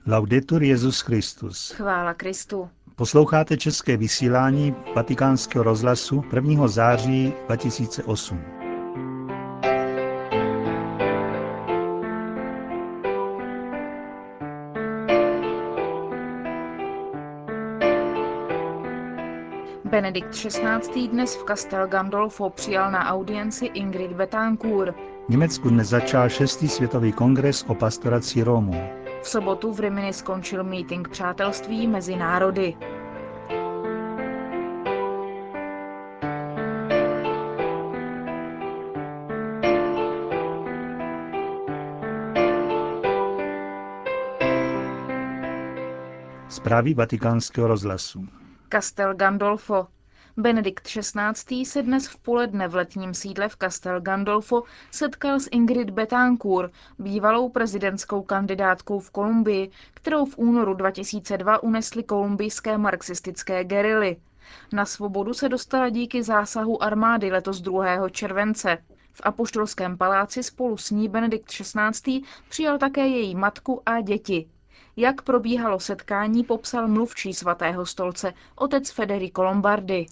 Laudetur Jesus Christus. Chvála Kristu. Posloucháte české vysílání Vatikánského rozhlasu 1. září 2008. Benedikt XVI. Dnes v Castel Gandolfo přijal na audienci Ingrid Betancourt. V Německu dnes začal 6. světový kongres o pastoraci Romů. V sobotu v Rimini skončil mítink přátelství mezi národy. Zprávy Vatikánského rozhlasu. Castel Gandolfo. Benedikt XVI. Se dnes v poledne v letním sídle v Castel Gandolfo setkal s Ingrid Betancourt, bývalou prezidentskou kandidátkou v Kolumbii, kterou v únoru 2002 unesly kolumbijské marxistické gerily. Na svobodu se dostala díky zásahu armády letos 2. července. V Apoštolském paláci spolu s ní Benedikt XVI. Přijal také její matku a děti. Jak probíhalo setkání, popsal mluvčí Svatého stolce, otec Federico Lombardi.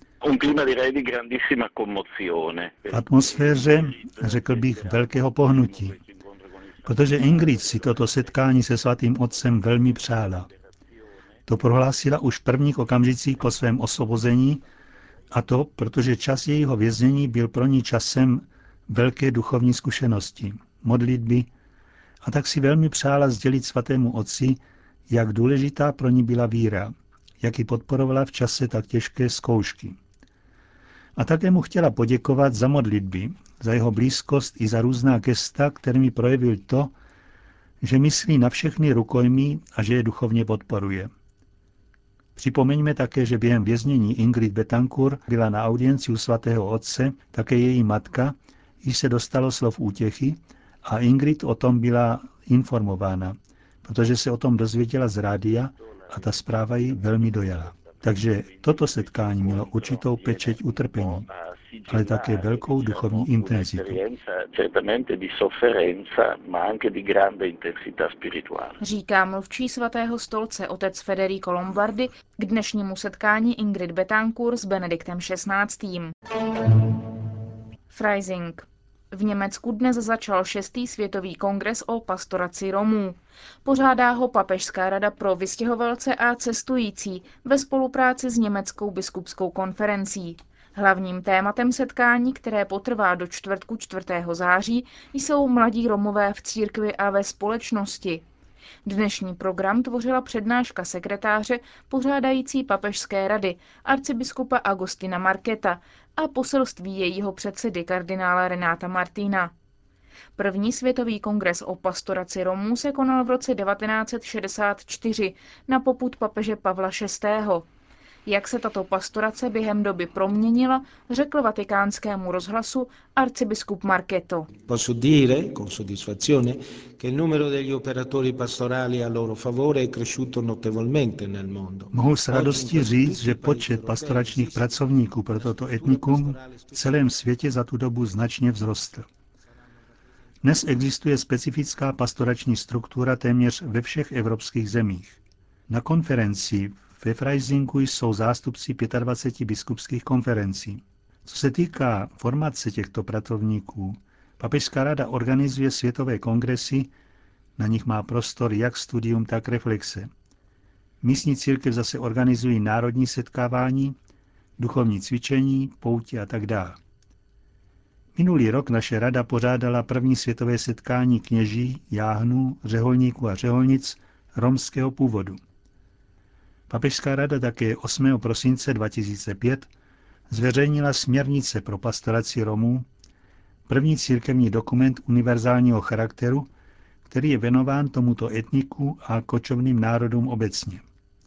V atmosféře, řekl bych, velkého pohnutí, protože Ingrid si toto setkání se Svatým otcem velmi přála. To prohlásila už v prvních okamžicích po svém osvobození, a to, protože čas jejího věznění byl pro ní časem velké duchovní zkušenosti, modlitby, a tak si velmi přála sdělit Svatému otci, jak důležitá pro ní byla víra, jak ji podporovala v čase tak těžké zkoušky. A také mu chtěla poděkovat za modlitby, za jeho blízkost i za různá gesta, kterými projevil to, že myslí na všechny rukojmí a že je duchovně podporuje. Připomeňme také, že během věznění Ingrid Betancourt byla na audienci u Svatého otce také její matka, již se dostalo slov útěchy, a Ingrid o tom byla informována, protože se o tom dozvěděla z rádia a ta zpráva ji velmi dojala. Takže toto setkání mělo určitou pečeť utrpení, ale také velkou duchovní intenzitu. Říká mluvčí Svatého stolce otec Federico Lombardi k dnešnímu setkání Ingrid Betancourt s Benediktem XVI. Freising. V Německu dnes začal 6. světový kongres o pastoraci Romů. Pořádá ho Papežská rada pro vystěhovalce a cestující ve spolupráci s Německou biskupskou konferencí. Hlavním tématem setkání, které potrvá do čtvrtku 4. září, jsou mladí Romové v církvi a ve společnosti. Dnešní program tvořila přednáška sekretáře pořádající Papežské rady arcibiskupa Agostina Marketa a poselství jejího předsedy kardinála Renáta Martina. První světový kongres o pastoraci Romů se konal v roce 1964 na popud papeže Pavla VI. Jak se tato pastorace během doby proměnila, řekl Vatikánskému rozhlasu arcibiskup Marketo. Posso dire con soddisfazione che il numero degli operatori pastorali a loro favore è cresciuto notevolmente nel mondo. Mohu s radostí říct, že počet pastoračních pracovníků pro toto etnikum v celém světě za tu dobu značně vzrostl. Dnes existuje specifická pastorační struktura téměř ve všech evropských zemích. Na konferenci ve Freisingu jsou zástupci 25 biskupských konferencí. Co se týká formace těchto pracovníků, Papežská rada organizuje světové kongresy, na nich má prostor jak studium, tak reflexe. Místní církev zase organizují národní setkávání, duchovní cvičení, poutě a tak dále. Minulý rok naše rada pořádala první světové setkání kněží, jáhnů, řeholníků a řeholnic romského původu. Papežská rada také 8. prosince 2005 zveřejnila směrnice pro pastoraci Romů, první církevní dokument univerzálního charakteru, který je věnován tomuto etniku a kočovným národům obecně.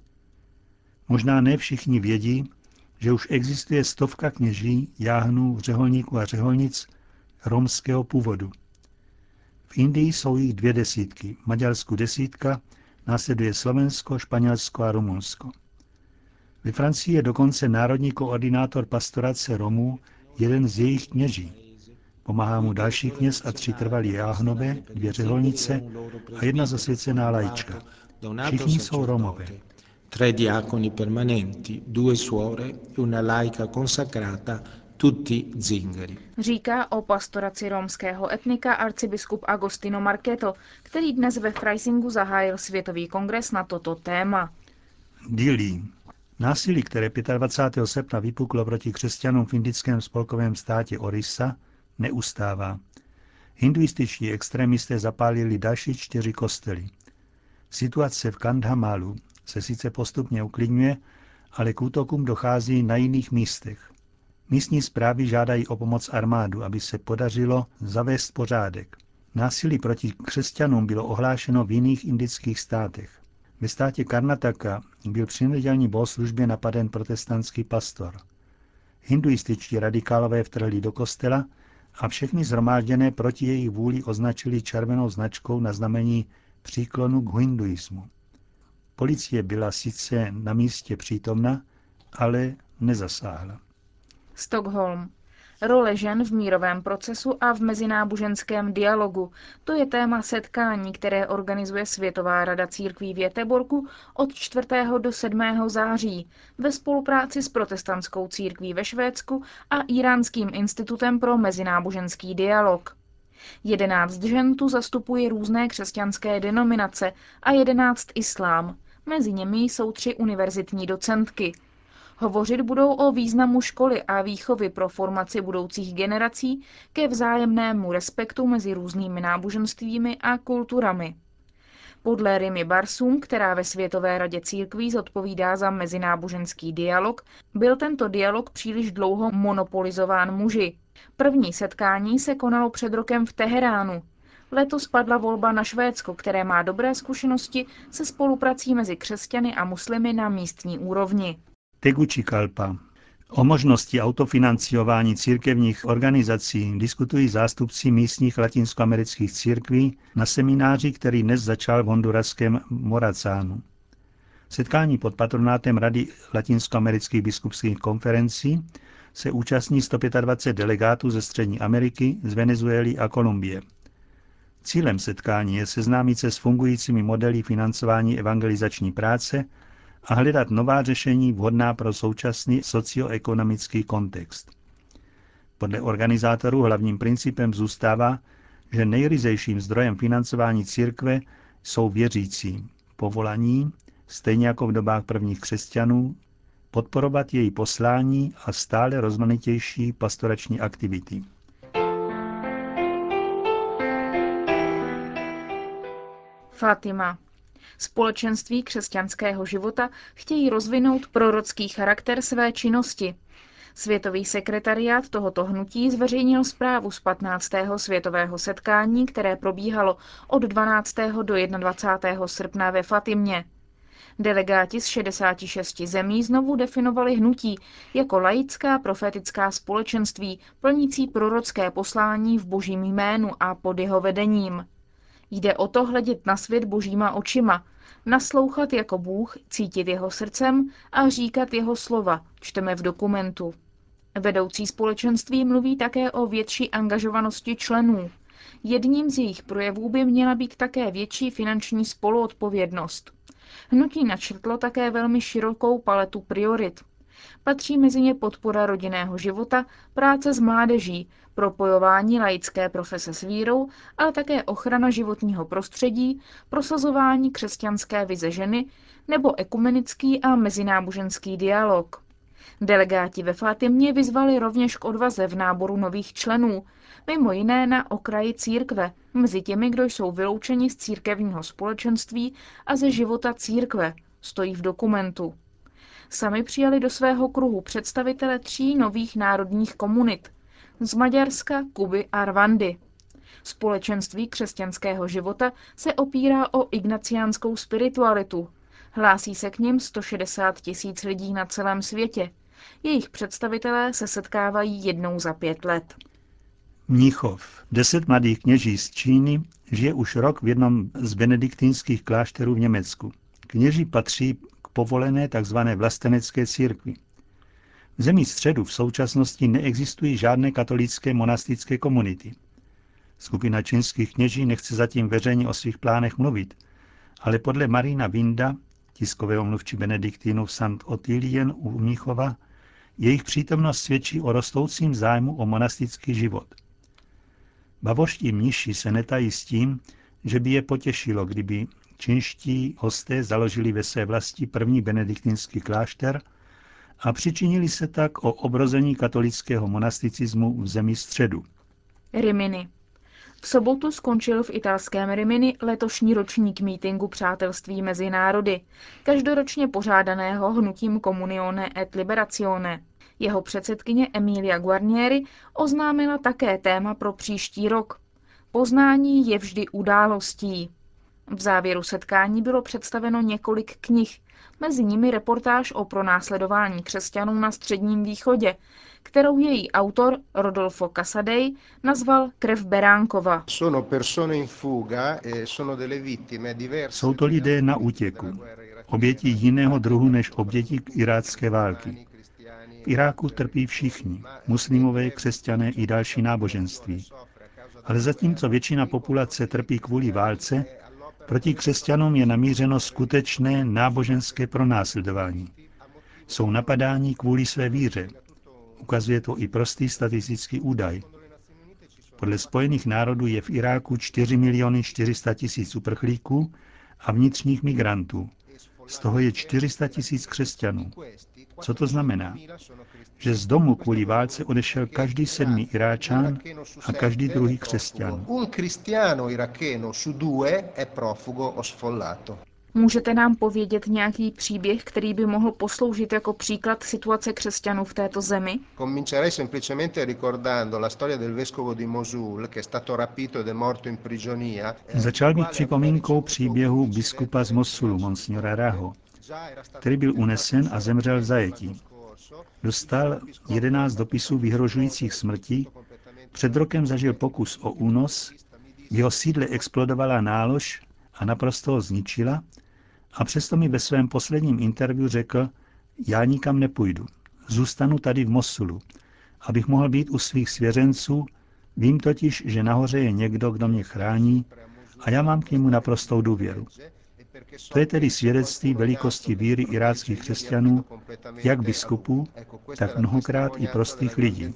Možná ne všichni vědí, že už existuje stovka kněží, jáhnů, řeholníků a řeholnic romského původu. V Indii jsou jich 200, v Maďarsku 10, následuje Slovensko, Španělsko a Rumunsko. Ve Francii je dokonce národní koordinátor pastorace Romů jeden z jejich kněží. Pomáhá mu další kněz a 3 trvalí jáhnové, 2 řeholnice a 1 zasvěcená laička. Všichni jsou Romové. 3 diaconi permanenti, 2 suore e una laica consacrata, tutti zingari. Říká o pastoraci romského etnika arcibiskup Agostino Marketo, který dnes ve Freisingu zahájil světový kongres na toto téma. Dili. Násilí, které 25. srpna vypuklo proti křesťanům v indickém spolkovém státě Orissa, neustává. Hinduističtí extremisté zapálili další 4 kostely. Situace v Kandhamalu se sice postupně uklidňuje, ale k útokům dochází na jiných místech. Místní správy žádají o pomoc armádu, aby se podařilo zavést pořádek. Násilí proti křesťanům bylo ohlášeno v jiných indických státech. Ve státě Karnataka byl při nedělní bohoslužbě napaden protestantský pastor. Hinduističtí radikálové vtrhli do kostela a všechny shromážděné proti jejich vůli označili červenou značkou na znamení příklonu k hinduismu. Policie byla sice na místě přítomna, ale nezasáhla. Stockholm. Role žen v mírovém procesu a v mezináboženském dialogu. To je téma setkání, které organizuje Světová rada církví v Göteborgu od 4. do 7. září ve spolupráci s protestantskou církví ve Švédsku a Íránským institutem pro mezináboženský dialog. 11 žen tu zastupuje různé křesťanské denominace a 11 islám. Mezi nimi jsou 3 univerzitní docentky. Hovořit budou o významu školy a výchovy pro formaci budoucích generací ke vzájemnému respektu mezi různými náboženstvími a kulturami. Podle Rimy Barsum, která ve Světové radě církví zodpovídá za mezináboženský dialog, byl tento dialog příliš dlouho monopolizován muži. První setkání se konalo před rokem v Teheránu. Letos padla volba na Švédsko, které má dobré zkušenosti se spoluprací mezi křesťany a muslimy na místní úrovni. Tegucigalpa. O možnosti autofinancování církevních organizací diskutují zástupci místních latinskoamerických církví na semináři, který dnes začal v honduraském Morazanu. Setkání pod patronátem Rady latinskoamerických biskupských konferencí se účastní 125 delegátů ze Střední Ameriky, z Venezuely a Kolumbie. Cílem setkání je seznámit se s fungujícími modely financování evangelizační práce a hledat nová řešení vhodná pro současný socioekonomický kontext. Podle organizátorů hlavním principem zůstává, že nejryzejším zdrojem financování církve jsou věřící, povolaní, stejně jako v dobách prvních křesťanů, podporovat její poslání a stále rozmanitější pastorační aktivity. Fátima. Společenství křesťanského života chtějí rozvinout prorocký charakter své činnosti. Světový sekretariát tohoto hnutí zveřejnil zprávu z 15. světového setkání, které probíhalo od 12. do 21. srpna ve Fatimě. Delegáti z 66 zemí znovu definovali hnutí jako laická profetická společenství plnící prorocké poslání v Božím jménu a pod jeho vedením. Jde o to hledět na svět božíma očima, naslouchat jako Bůh, cítit jeho srdcem a říkat jeho slova, čteme v dokumentu. Vedoucí společenství mluví také o větší angažovanosti členů. Jedním z jejich projevů by měla být také větší finanční spoluodpovědnost. Hnutí načrtlo také velmi širokou paletu priorit. Patří mezi ně podpora rodinného života, práce s mládeží, propojování laické profese s vírou, ale také ochrana životního prostředí, prosazování křesťanské vize ženy nebo ekumenický a mezináboženský dialog. Delegáti ve Fátimě vyzvali rovněž k odvaze v náboru nových členů, mimo jiné na okraji církve, mezi těmi, kdo jsou vyloučeni z církevního společenství a ze života církve, stojí v dokumentu. Sami přijali do svého kruhu představitele 3 nových národních komunit z Maďarska, Kuby a Rwandy. Společenství křesťanského života se opírá o ignaciánskou spiritualitu. Hlásí se k nim 160 000 lidí na celém světě. Jejich představitelé se setkávají jednou za 5 let. Mnichov. 10 mladých kněží z Číny žije už rok v jednom z benediktínských klášterů v Německu. Kněží patří k povolené tzv. Vlastenecké církvi. V zemi středu v současnosti neexistují žádné katolické monastické komunity. Skupina čínských kněží nechce zatím veřejně o svých plánech mluvit, ale podle Marina Vinda, tiskového mluvčí benediktínů v St. Ottilien u Mnichova, jejich přítomnost svědčí o rostoucím zájmu o monastický život. Bavorští mniši se netají s tím, že by je potěšilo, kdyby čínští hosté založili ve své vlasti první benediktínský klášter a přičinili se tak o obrození katolického monasticismu v zemi středu. Rimini. V sobotu skončil v italském Rimini letošní ročník mítinku Přátelství mezi národy, každoročně pořádaného hnutím Comunione et Liberazione. Jeho předsedkyně Emilia Guarnieri oznámila také téma pro příští rok. Poznání je vždy událostí. V závěru setkání bylo představeno několik knih, mezi nimi reportáž o pronásledování křesťanů na Středním východě, kterou její autor Rodolfo Casadei nazval Krev beránkova. Jsou to lidé na útěku, oběti jiného druhu než oběti irácké války. V Iráku trpí všichni, muslimové, křesťané i další náboženství. Ale zatímco většina populace trpí kvůli válce, proti křesťanům je namířeno skutečné náboženské pronásledování. Jsou napadáni kvůli své víře. Ukazuje to i prostý statistický údaj. Podle Spojených národů je v Iráku 4 400 000 uprchlíků a vnitřních migrantů. Z toho je 400 000 křesťanů. Co to znamená? Že z domu kvůli válce odešel každý 7. Iráčan a každý druhý křesťan. Můžete nám povědět nějaký příběh, který by mohl posloužit jako příklad situace křesťanů v této zemi? Začal bych připomínkou příběhu biskupa z Mosulu, monsignora Raho, který byl unesen a zemřel v zajetí. Dostal 11 dopisů vyhrožujících smrti, před rokem zažil pokus o únos, v jeho sídle explodovala nálož a naprosto ho zničila, a přesto mi ve svém posledním interview řekl, já nikam nepůjdu, zůstanu tady v Mosulu, abych mohl být u svých svěřenců, vím totiž, že nahoře je někdo, kdo mě chrání a já mám k němu naprostou důvěru. To je tedy svědectví velikosti víry iráckých křesťanů, jak biskupů, tak mnohokrát i prostých lidí.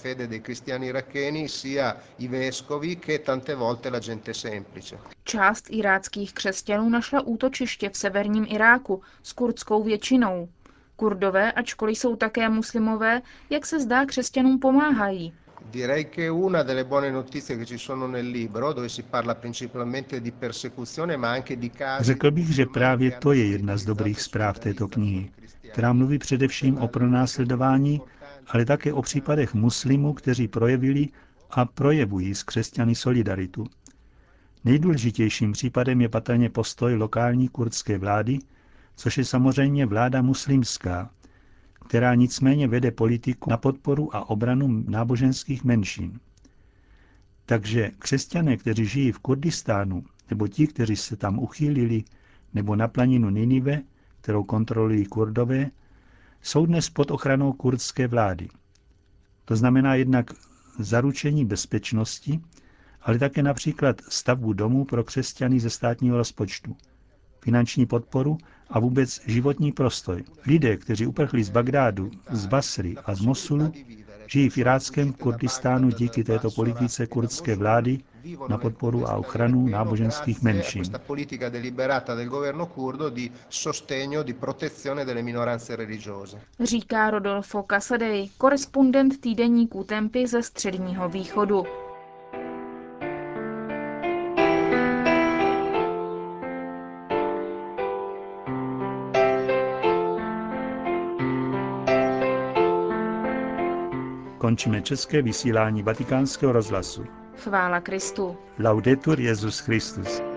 Část iráckých křesťanů našla útočiště v severním Iráku s kurdskou většinou. Kurdové, ačkoliv jsou také muslimové, jak se zdá, křesťanům pomáhají. Direi che una delle buone notizie che ci sono nel libro, dove si parla principalmente di persecuzione, ma anche di casi. Řekl bych, že právě to je jedna z dobrých zpráv této knihy, která mluví především o pronásledování, ale také o případech muslimů, kteří projevili a projevují s křesťany solidaritu. Nejdůležitějším případem je patrně postoj lokální kurdské vlády, což je samozřejmě vláda muslimská, která nicméně vede politiku na podporu a obranu náboženských menšin. Takže křesťané, kteří žijí v Kurdistánu, nebo ti, kteří se tam uchýlili, nebo na planinu Ninive, kterou kontrolují Kurdové, jsou dnes pod ochranou kurdské vlády. To znamená jednak zaručení bezpečnosti, ale také například stavbu domů pro křesťany ze státního rozpočtu, finanční podporu a vůbec životní prostoj. Lidé, kteří uprchli z Bagdádu, z Basry a z Mosulu, žijí v iráckém Kurdistánu díky této politice kurdské vlády na podporu a ochranu náboženských menšin. Říká Rodolfo Casadei, korespondent týdeníku Tempi ze Středního východu. Končíme české vysílání Vatikánského rozhlasu. Chvála Kristu. Laudetur Jesus Christus.